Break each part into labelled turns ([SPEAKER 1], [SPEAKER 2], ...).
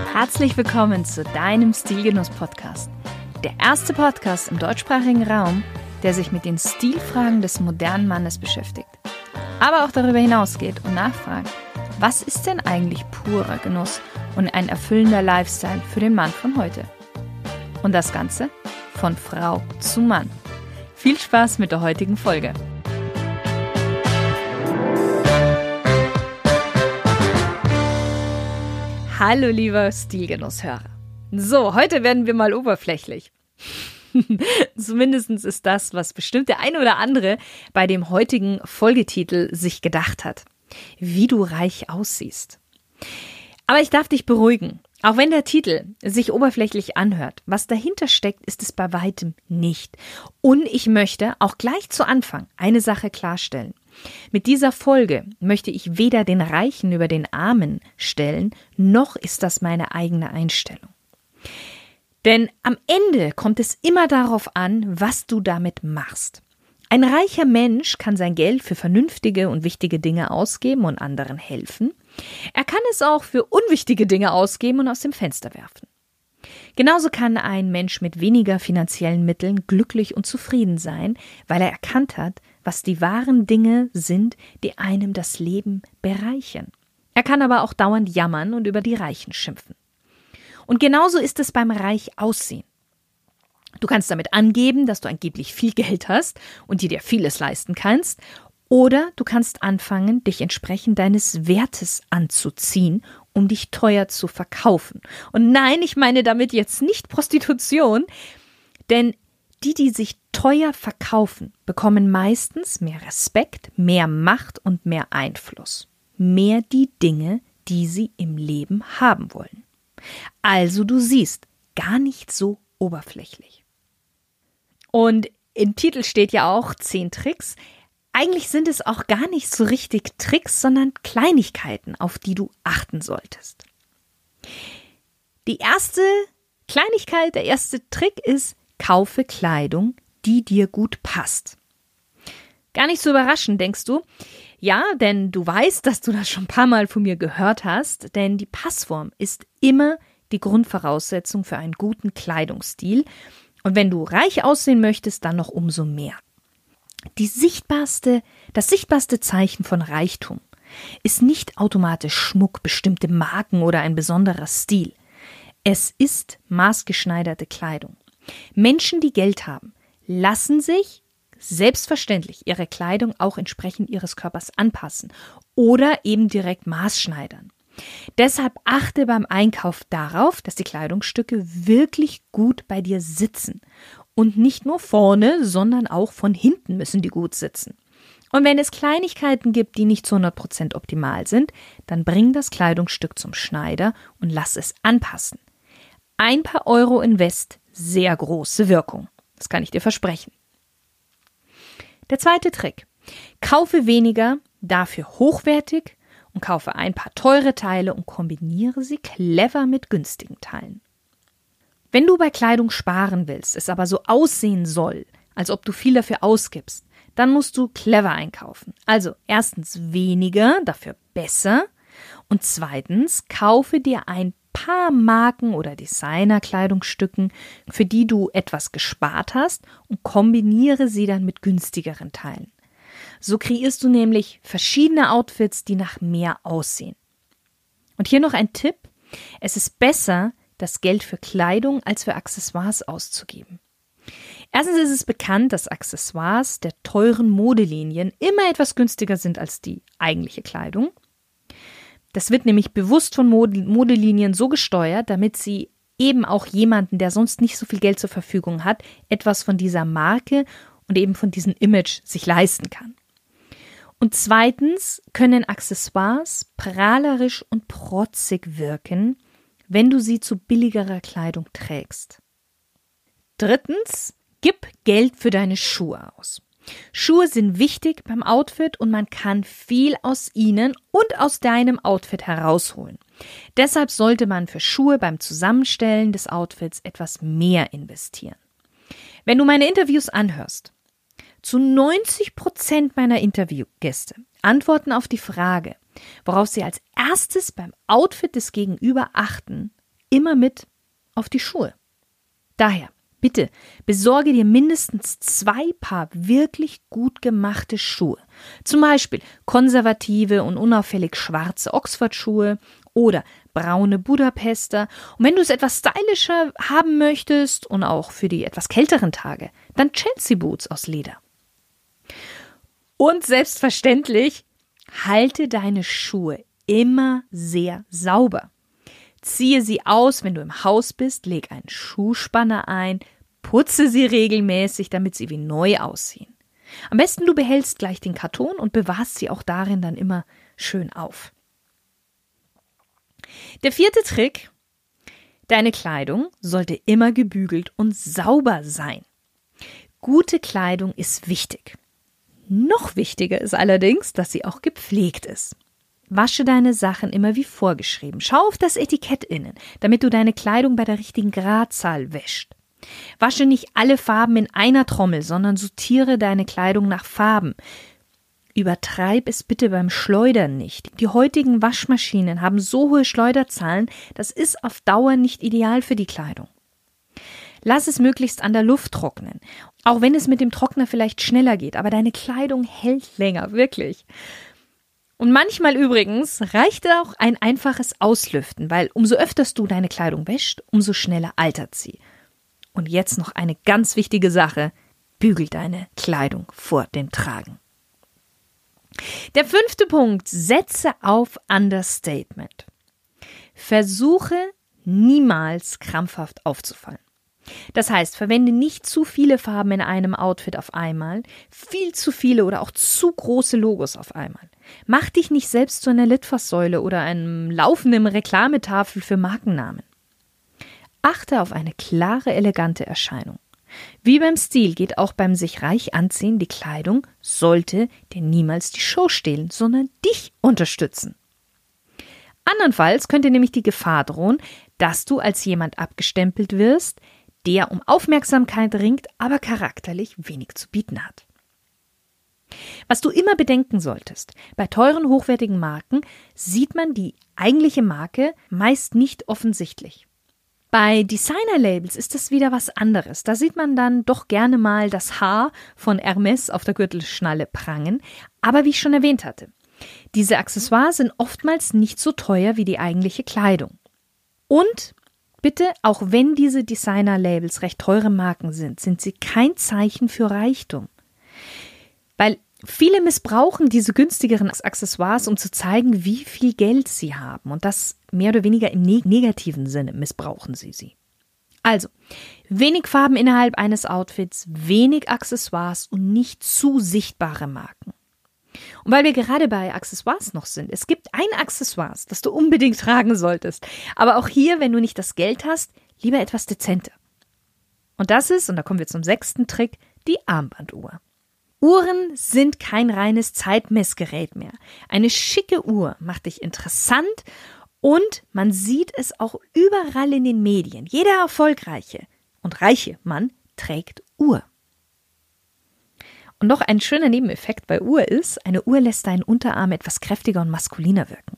[SPEAKER 1] Herzlich willkommen zu deinem Stilgenuss-Podcast. Der erste Podcast im deutschsprachigen Raum, der sich mit den Stilfragen des modernen Mannes beschäftigt. Aber auch darüber hinausgeht und nachfragt, was ist denn eigentlich purer Genuss und ein erfüllender Lifestyle für den Mann von heute? Und das Ganze von Frau zu Mann. Viel Spaß mit der heutigen Folge. Hallo lieber Stilgenusshörer. So, heute werden wir mal oberflächlich. Zumindest ist das, was bestimmt der eine oder andere bei dem heutigen Folgetitel sich gedacht hat. Wie du reich aussiehst. Aber ich darf dich beruhigen. Auch wenn der Titel sich oberflächlich anhört, was dahinter steckt, ist es bei weitem nicht. Und ich möchte auch gleich zu Anfang eine Sache klarstellen. Mit dieser Folge möchte ich weder den Reichen über den Armen stellen, noch ist das meine eigene Einstellung. Denn am Ende kommt es immer darauf an, was du damit machst. Ein reicher Mensch kann sein Geld für vernünftige und wichtige Dinge ausgeben und anderen helfen. Er kann es auch für unwichtige Dinge ausgeben und aus dem Fenster werfen. Genauso kann ein Mensch mit weniger finanziellen Mitteln glücklich und zufrieden sein, weil er erkannt hat, was die wahren Dinge sind, die einem das Leben bereichern. Er kann aber auch dauernd jammern und über die Reichen schimpfen. Und genauso ist es beim Reich aussehen. Du kannst damit angeben, dass du angeblich viel Geld hast und dir vieles leisten kannst, oder du kannst anfangen, dich entsprechend deines Wertes anzuziehen, um dich teuer zu verkaufen. Und nein, ich meine damit jetzt nicht Prostitution, denn die sich teuer verkaufen, bekommen meistens mehr Respekt, mehr Macht und mehr Einfluss. Mehr die Dinge, die sie im Leben haben wollen. Also du siehst, gar nicht so oberflächlich. Und im Titel steht ja auch 10 Tricks. Eigentlich sind es auch gar nicht so richtig Tricks, sondern Kleinigkeiten, auf die du achten solltest. Die erste Kleinigkeit, der erste Trick ist, kaufe Kleidung, die dir gut passt. Gar nicht so überraschend, denkst du? Ja, denn du weißt, dass du das schon ein paar Mal von mir gehört hast, denn die Passform ist immer die Grundvoraussetzung für einen guten Kleidungsstil. Und wenn du reich aussehen möchtest, dann noch umso mehr. Das sichtbarste Zeichen von Reichtum ist nicht automatisch Schmuck, bestimmte Marken oder ein besonderer Stil. Es ist maßgeschneiderte Kleidung. Menschen, die Geld haben, lassen sich selbstverständlich ihre Kleidung auch entsprechend ihres Körpers anpassen oder eben direkt maßschneidern. Deshalb achte beim Einkauf darauf, dass die Kleidungsstücke wirklich gut bei dir sitzen. Und nicht nur vorne, sondern auch von hinten müssen die gut sitzen. Und wenn es Kleinigkeiten gibt, die nicht zu 100% optimal sind, dann bring das Kleidungsstück zum Schneider und lass es anpassen. Ein paar Euro Invest, sehr große Wirkung. Das kann ich dir versprechen. Der zweite Trick. Kaufe weniger, dafür hochwertig und kaufe ein paar teure Teile und kombiniere sie clever mit günstigen Teilen. Wenn du bei Kleidung sparen willst, es aber so aussehen soll, als ob du viel dafür ausgibst, dann musst du clever einkaufen. Also erstens weniger, dafür besser und zweitens kaufe dir ein paar Marken oder Designer-Kleidungsstücken, für die du etwas gespart hast und kombiniere sie dann mit günstigeren Teilen. So kreierst du nämlich verschiedene Outfits, die nach mehr aussehen. Und hier noch ein Tipp. Es ist besser, das Geld für Kleidung als für Accessoires auszugeben. Erstens ist es bekannt, dass Accessoires der teuren Modelinien immer etwas günstiger sind als die eigentliche Kleidung. Das wird nämlich bewusst von Modelinien so gesteuert, damit sie eben auch jemanden, der sonst nicht so viel Geld zur Verfügung hat, etwas von dieser Marke und eben von diesem Image sich leisten kann. Und zweitens können Accessoires prahlerisch und protzig wirken, wenn du sie zu billigerer Kleidung trägst. Drittens, gib Geld für deine Schuhe aus. Schuhe sind wichtig beim Outfit und man kann viel aus ihnen und aus deinem Outfit herausholen. Deshalb sollte man für Schuhe beim Zusammenstellen des Outfits etwas mehr investieren. Wenn du meine Interviews anhörst, zu 90% meiner Interviewgäste antworten auf die Frage, worauf sie als erstes beim Outfit des Gegenüber achten, immer mit auf die Schuhe. Daher, bitte, besorge dir mindestens 2 Paar wirklich gut gemachte Schuhe. Zum Beispiel konservative und unauffällig schwarze Oxford-Schuhe oder braune Budapester. Und wenn du es etwas stylischer haben möchtest und auch für die etwas kälteren Tage, dann Chelsea Boots aus Leder. Und selbstverständlich, halte deine Schuhe immer sehr sauber. Ziehe sie aus, wenn du im Haus bist, leg einen Schuhspanner ein, putze sie regelmäßig, damit sie wie neu aussehen. Am besten du behältst gleich den Karton und bewahrst sie auch darin dann immer schön auf. Der 4. Trick: Deine Kleidung sollte immer gebügelt und sauber sein. Gute Kleidung ist wichtig. Noch wichtiger ist allerdings, dass sie auch gepflegt ist. Wasche deine Sachen immer wie vorgeschrieben. Schau auf das Etikett innen, damit du deine Kleidung bei der richtigen Gradzahl wäscht. Wasche nicht alle Farben in einer Trommel, sondern sortiere deine Kleidung nach Farben. Übertreib es bitte beim Schleudern nicht. Die heutigen Waschmaschinen haben so hohe Schleuderzahlen, das ist auf Dauer nicht ideal für die Kleidung. Lass es möglichst an der Luft trocknen, auch wenn es mit dem Trockner vielleicht schneller geht, aber deine Kleidung hält länger, wirklich. Und manchmal übrigens reicht auch ein einfaches Auslüften, weil umso öfter du deine Kleidung wäschst, umso schneller altert sie. Und jetzt noch eine ganz wichtige Sache: Bügel deine Kleidung vor dem Tragen. Der 5. Punkt: Setze auf Understatement. Versuche niemals krampfhaft aufzufallen. Das heißt, verwende nicht zu viele Farben in einem Outfit auf einmal, viel zu viele oder auch zu große Logos auf einmal. Mach dich nicht selbst zu einer Litfaßsäule oder einem laufenden Reklametafel für Markennamen. Achte auf eine klare, elegante Erscheinung. Wie beim Stil geht auch beim sich reich anziehen, die Kleidung sollte dir niemals die Show stehlen, sondern dich unterstützen. Andernfalls könnte nämlich die Gefahr drohen, dass du als jemand abgestempelt wirst, der um Aufmerksamkeit ringt, aber charakterlich wenig zu bieten hat. Was du immer bedenken solltest: Bei teuren, hochwertigen Marken sieht man die eigentliche Marke meist nicht offensichtlich. Bei Designer-Labels ist das wieder was anderes. Da sieht man dann doch gerne mal das Haar von Hermes auf der Gürtelschnalle prangen. Aber wie ich schon erwähnt hatte, diese Accessoires sind oftmals nicht so teuer wie die eigentliche Kleidung. Und bitte, auch wenn diese Designer-Labels recht teure Marken sind sie kein Zeichen für Reichtum. Weil viele missbrauchen diese günstigeren Accessoires, um zu zeigen, wie viel Geld sie haben. Und das mehr oder weniger im negativen Sinne missbrauchen sie. Also, wenig Farben innerhalb eines Outfits, wenig Accessoires und nicht zu sichtbare Marken. Und weil wir gerade bei Accessoires noch sind, es gibt ein Accessoire, das du unbedingt tragen solltest. Aber auch hier, wenn du nicht das Geld hast, lieber etwas dezenter. Und das ist, und da kommen wir zum 6. Trick, die Armbanduhr. Uhren sind kein reines Zeitmessgerät mehr. Eine schicke Uhr macht dich interessant und man sieht es auch überall in den Medien. Jeder erfolgreiche und reiche Mann trägt Uhr. Und noch ein schöner Nebeneffekt bei Uhr ist: Eine Uhr lässt deinen Unterarm etwas kräftiger und maskuliner wirken.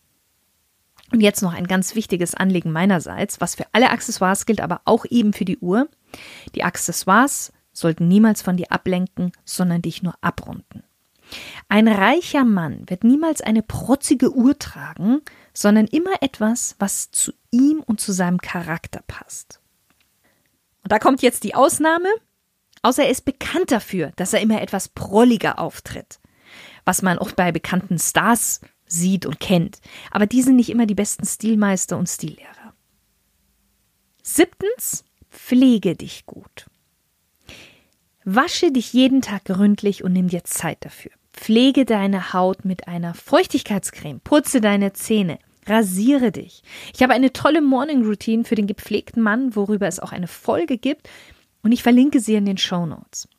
[SPEAKER 1] Und jetzt noch ein ganz wichtiges Anliegen meinerseits, was für alle Accessoires gilt, aber auch eben für die Uhr. Die Accessoires sollten niemals von dir ablenken, sondern dich nur abrunden. Ein reicher Mann wird niemals eine protzige Uhr tragen, sondern immer etwas, was zu ihm und zu seinem Charakter passt. Und da kommt jetzt die Ausnahme: Außer er ist bekannt dafür, dass er immer etwas prolliger auftritt, was man auch bei bekannten Stars sieht und kennt. Aber die sind nicht immer die besten Stilmeister und Stillehrer. 7. Pflege dich gut. Wasche dich jeden Tag gründlich und nimm dir Zeit dafür. Pflege deine Haut mit einer Feuchtigkeitscreme, putze deine Zähne, rasiere dich. Ich habe eine tolle Morning Routine für den gepflegten Mann, worüber es auch eine Folge gibt, und ich verlinke sie in den Shownotes.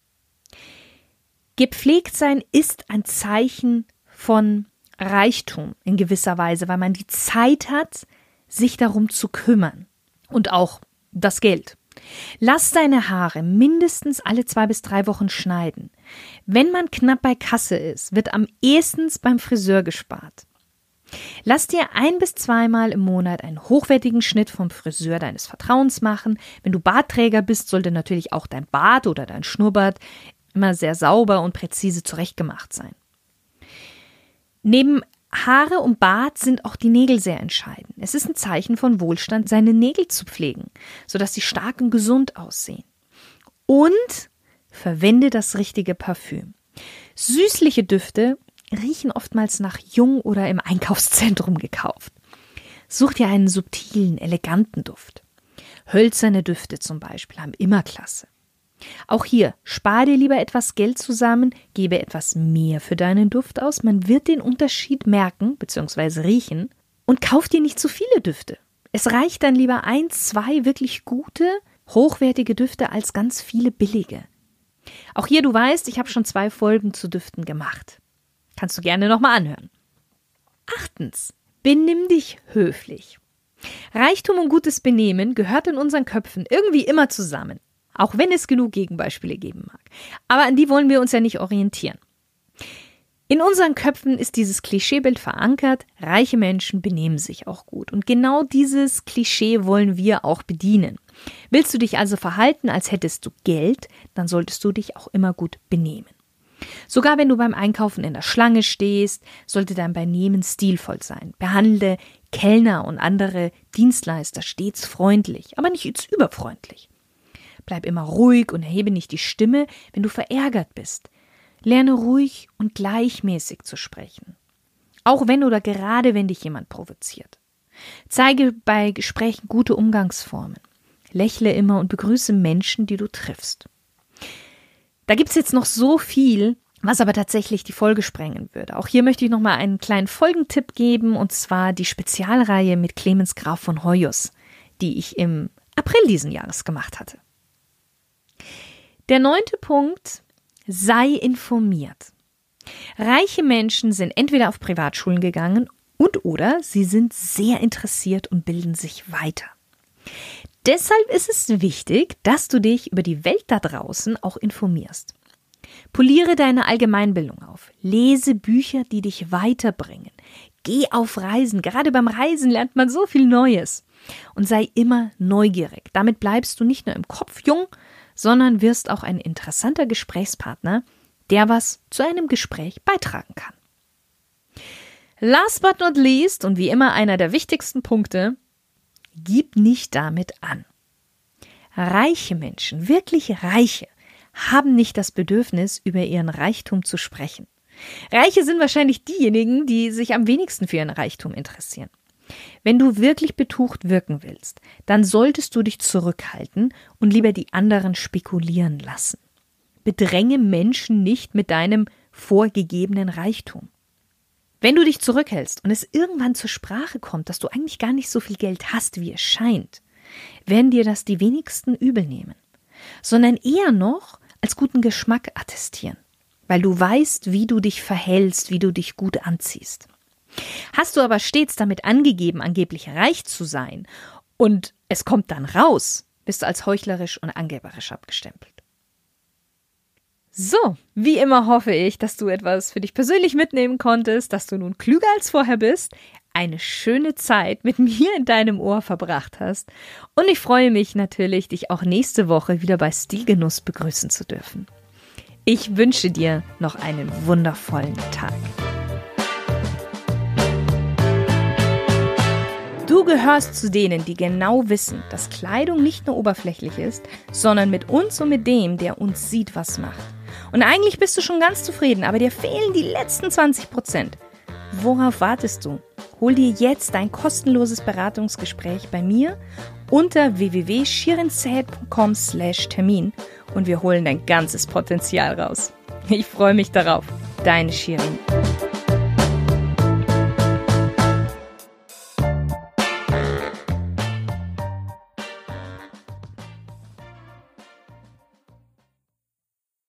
[SPEAKER 1] Gepflegt sein ist ein Zeichen von Reichtum in gewisser Weise, weil man die Zeit hat, sich darum zu kümmern. Und auch das Geld. Lass deine Haare mindestens alle 2 bis 3 Wochen schneiden. Wenn man knapp bei Kasse ist, wird am ehesten beim Friseur gespart. Lass dir 1 bis 2 Mal im Monat einen hochwertigen Schnitt vom Friseur deines Vertrauens machen. Wenn du Bartträger bist, sollte natürlich auch dein Bart oder dein Schnurrbart immer sehr sauber und präzise zurechtgemacht sein. Neben Haare und Bart sind auch die Nägel sehr entscheidend. Es ist ein Zeichen von Wohlstand, seine Nägel zu pflegen, sodass sie stark und gesund aussehen. Und verwende das richtige Parfüm. Süßliche Düfte riechen oftmals nach jung oder im Einkaufszentrum gekauft. Such dir einen subtilen, eleganten Duft. Hölzerne Düfte zum Beispiel haben immer Klasse. Auch hier, spar dir lieber etwas Geld zusammen, gebe etwas mehr für deinen Duft aus, man wird den Unterschied merken bzw. riechen und kauf dir nicht zu viele Düfte. Es reicht dann lieber 1, 2 wirklich gute, hochwertige Düfte als ganz viele billige. Auch hier, du weißt, ich habe schon 2 Folgen zu Düften gemacht. Kannst du gerne nochmal anhören. 8. Benimm dich höflich. Reichtum und gutes Benehmen gehört in unseren Köpfen irgendwie immer zusammen. Auch wenn es genug Gegenbeispiele geben mag. Aber an die wollen wir uns ja nicht orientieren. In unseren Köpfen ist dieses Klischeebild verankert, reiche Menschen benehmen sich auch gut. Und genau dieses Klischee wollen wir auch bedienen. Willst du dich also verhalten, als hättest du Geld, dann solltest du dich auch immer gut benehmen. Sogar wenn du beim Einkaufen in der Schlange stehst, sollte dein Benehmen stilvoll sein. Behandle Kellner und andere Dienstleister stets freundlich, aber nicht jetzt überfreundlich. Bleib immer ruhig und erhebe nicht die Stimme, wenn du verärgert bist. Lerne ruhig und gleichmäßig zu sprechen. Auch wenn oder gerade wenn dich jemand provoziert. Zeige bei Gesprächen gute Umgangsformen. Lächle immer und begrüße Menschen, die du triffst. Da gibt's jetzt noch so viel, was aber tatsächlich die Folge sprengen würde. Auch hier möchte ich nochmal einen kleinen Folgentipp geben, und zwar die Spezialreihe mit Clemens Graf von Hoyos, die ich im April diesen Jahres gemacht hatte. Der 9. Punkt: Sei informiert. Reiche Menschen sind entweder auf Privatschulen gegangen oder sie sind sehr interessiert und bilden sich weiter. Deshalb ist es wichtig, dass du dich über die Welt da draußen auch informierst. Poliere deine Allgemeinbildung auf. Lese Bücher, die dich weiterbringen. Geh auf Reisen. Gerade beim Reisen lernt man so viel Neues. Und sei immer neugierig. Damit bleibst du nicht nur im Kopf jung, sondern wirst auch ein interessanter Gesprächspartner, der was zu einem Gespräch beitragen kann. Last but not least und wie immer einer der wichtigsten Punkte: Gib nicht damit an. Reiche Menschen, wirklich Reiche, haben nicht das Bedürfnis, über ihren Reichtum zu sprechen. Reiche sind wahrscheinlich diejenigen, die sich am wenigsten für ihren Reichtum interessieren. Wenn du wirklich betucht wirken willst, dann solltest du dich zurückhalten und lieber die anderen spekulieren lassen. Bedränge Menschen nicht mit deinem vorgegebenen Reichtum. Wenn du dich zurückhältst und es irgendwann zur Sprache kommt, dass du eigentlich gar nicht so viel Geld hast, wie es scheint, werden dir das die wenigsten übel nehmen, sondern eher noch als guten Geschmack attestieren, weil du weißt, wie du dich verhältst, wie du dich gut anziehst. Hast du aber stets damit angegeben, angeblich reich zu sein, und es kommt dann raus, bist du als heuchlerisch und angeberisch abgestempelt. So, wie immer hoffe ich, dass du etwas für dich persönlich mitnehmen konntest, dass du nun klüger als vorher bist, eine schöne Zeit mit mir in deinem Ohr verbracht hast, und ich freue mich natürlich, dich auch nächste Woche wieder bei Stilgenuss begrüßen zu dürfen. Ich wünsche dir noch einen wundervollen Tag. Du gehörst zu denen, die genau wissen, dass Kleidung nicht nur oberflächlich ist, sondern mit uns und mit dem, der uns sieht, was macht. Und eigentlich bist du schon ganz zufrieden, aber dir fehlen die letzten 20%. Worauf wartest du? Hol dir jetzt dein kostenloses Beratungsgespräch bei mir unter www.shirinsaid.com/Termin und wir holen dein ganzes Potenzial raus. Ich freue mich darauf. Deine Shirin.